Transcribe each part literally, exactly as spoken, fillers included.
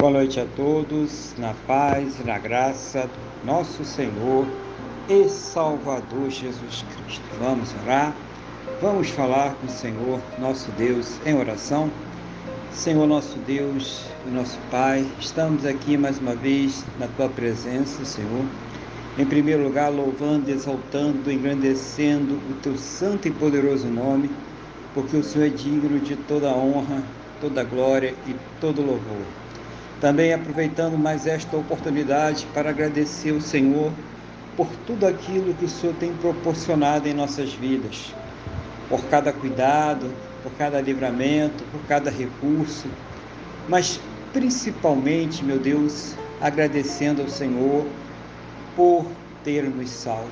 Boa noite a todos, na paz e na graça do nosso Senhor e Salvador Jesus Cristo. Vamos orar, vamos falar com o Senhor, nosso Deus, em oração. Senhor nosso Deus e nosso Pai, estamos aqui mais uma vez na Tua presença, Senhor. Em primeiro lugar, louvando, exaltando, engrandecendo o Teu santo e poderoso nome, porque o Senhor é digno de toda honra, toda glória e todo louvor. Também aproveitando mais esta oportunidade para agradecer ao Senhor por tudo aquilo que o Senhor tem proporcionado em nossas vidas, por cada cuidado, por cada livramento, por cada recurso, mas principalmente, meu Deus, agradecendo ao Senhor por ter nos salvo.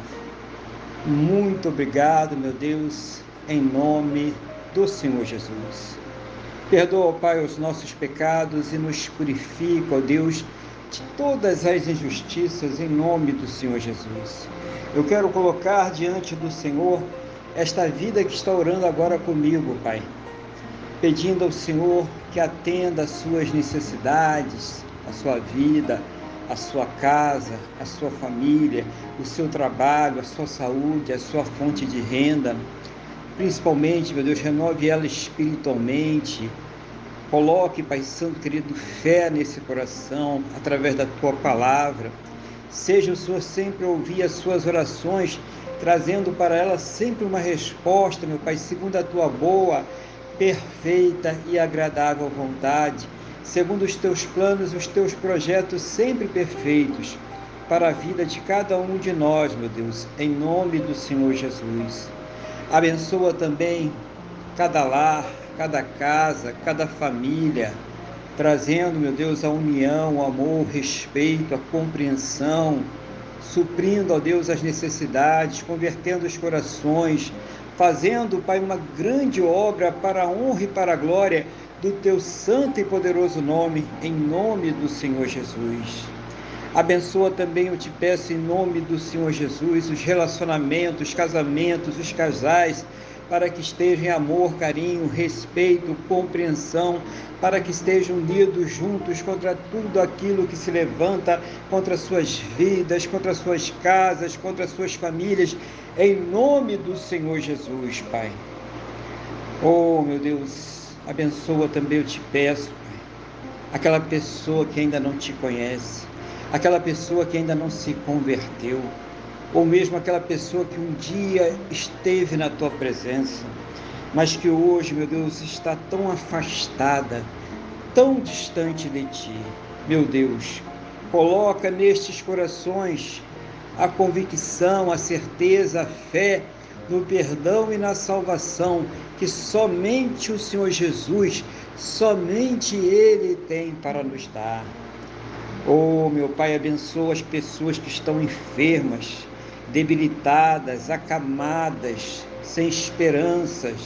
Muito obrigado, meu Deus, em nome do Senhor Jesus. Perdoa, Pai, os nossos pecados e nos purifica, ó Deus, de todas as injustiças, em nome do Senhor Jesus. Eu quero colocar diante do Senhor esta vida que está orando agora comigo, Pai, pedindo ao Senhor que atenda às suas necessidades, a sua vida, a sua casa, a sua família, o seu trabalho, a sua saúde, a sua fonte de renda. Principalmente, meu Deus, renove ela espiritualmente. Coloque, Pai Santo querido, fé nesse coração, através da Tua palavra. Seja o Senhor sempre ouvir as suas orações, trazendo para ela sempre uma resposta, meu Pai, segundo a Tua boa, perfeita e agradável vontade, segundo os Teus planos, os Teus projetos sempre perfeitos, para a vida de cada um de nós, meu Deus, em nome do Senhor Jesus. Abençoa também cada lar, cada casa, cada família, trazendo, meu Deus, a união, o amor, o respeito, a compreensão, suprindo, ó Deus, as necessidades, convertendo os corações, fazendo, Pai, uma grande obra para a honra e para a glória do Teu santo e poderoso nome, em nome do Senhor Jesus. Abençoa também, eu te peço, em nome do Senhor Jesus, os relacionamentos, os casamentos, os casais, para que estejam em amor, carinho, respeito, compreensão, para que estejam unidos juntos contra tudo aquilo que se levanta contra suas vidas, contra suas casas, contra suas famílias, em nome do Senhor Jesus, Pai. Oh, meu Deus, abençoa também, eu te peço, Pai, aquela pessoa que ainda não te conhece, aquela pessoa que ainda não se converteu, ou mesmo aquela pessoa que um dia esteve na Tua presença, mas que hoje, meu Deus, está tão afastada, tão distante de Ti. Meu Deus, coloca nestes corações a convicção, a certeza, a fé no perdão e na salvação que somente o Senhor Jesus, somente Ele tem para nos dar. Oh, meu Pai, abençoa as pessoas que estão enfermas, debilitadas, acamadas, sem esperanças,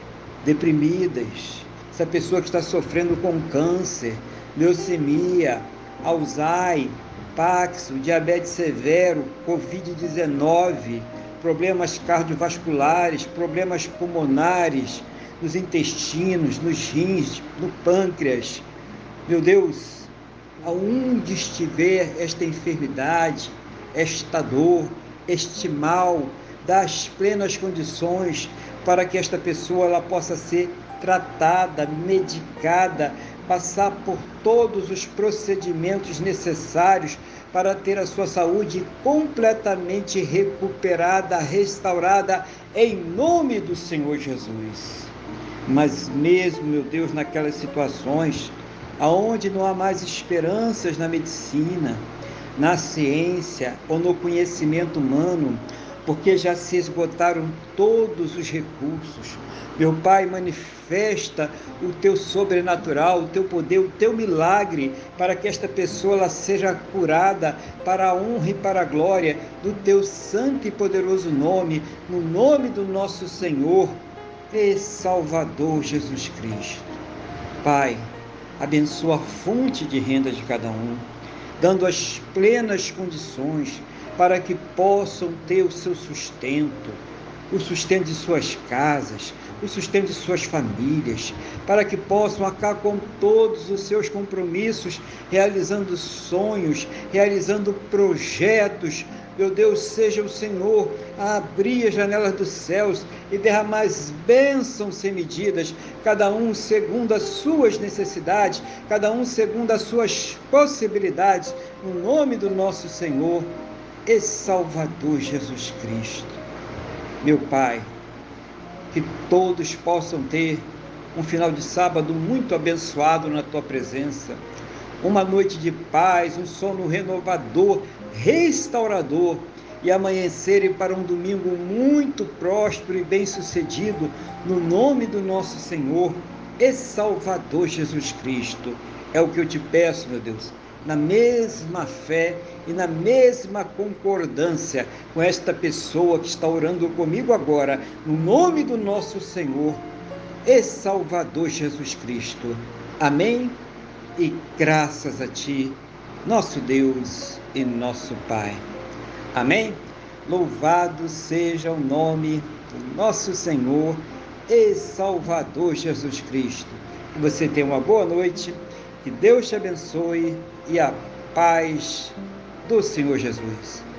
deprimidas. Essa pessoa que está sofrendo com câncer, leucemia, Alzheimer, Paxo, diabetes severo, covid dezenove, problemas cardiovasculares, problemas pulmonares, nos intestinos, nos rins, no pâncreas. Meu Deus, aonde estiver esta enfermidade, esta dor, este mal, dá as plenas condições para que esta pessoa ela possa ser tratada, medicada, passar por todos os procedimentos necessários para ter a sua saúde completamente recuperada, restaurada, em nome do Senhor Jesus. Mas mesmo, meu Deus, naquelas situações aonde não há mais esperanças na medicina, na ciência ou no conhecimento humano, porque já se esgotaram todos os recursos. Meu Pai, manifesta o Teu sobrenatural, o Teu poder, o Teu milagre, para que esta pessoa ela seja curada para a honra e para a glória do Teu santo e poderoso nome, no nome do nosso Senhor e Salvador Jesus Cristo. Pai, abençoa a fonte de renda de cada um, dando as plenas condições para que possam ter o seu sustento, o sustento de suas casas, o sustento de suas famílias, para que possam acabar com todos os seus compromissos, realizando sonhos, realizando projetos. Meu Deus, seja o Senhor a abrir as janelas dos céus e derramar bênçãos sem medidas, cada um segundo as suas necessidades, cada um segundo as suas possibilidades, no nome do nosso Senhor e Salvador Jesus Cristo. Meu Pai, que todos possam ter um final de sábado muito abençoado na Tua presença, uma noite de paz, um sono renovador, restaurador, e amanhecerem para um domingo muito próspero e bem-sucedido, no nome do nosso Senhor e Salvador Jesus Cristo. É o que eu te peço, meu Deus, na mesma fé e na mesma concordância com esta pessoa que está orando comigo agora, no nome do nosso Senhor e Salvador Jesus Cristo. Amém? E graças a Ti, nosso Deus e nosso Pai. Amém? Louvado seja o nome do nosso Senhor e Salvador Jesus Cristo. Que você tenha uma boa noite, que Deus te abençoe e a paz do Senhor Jesus.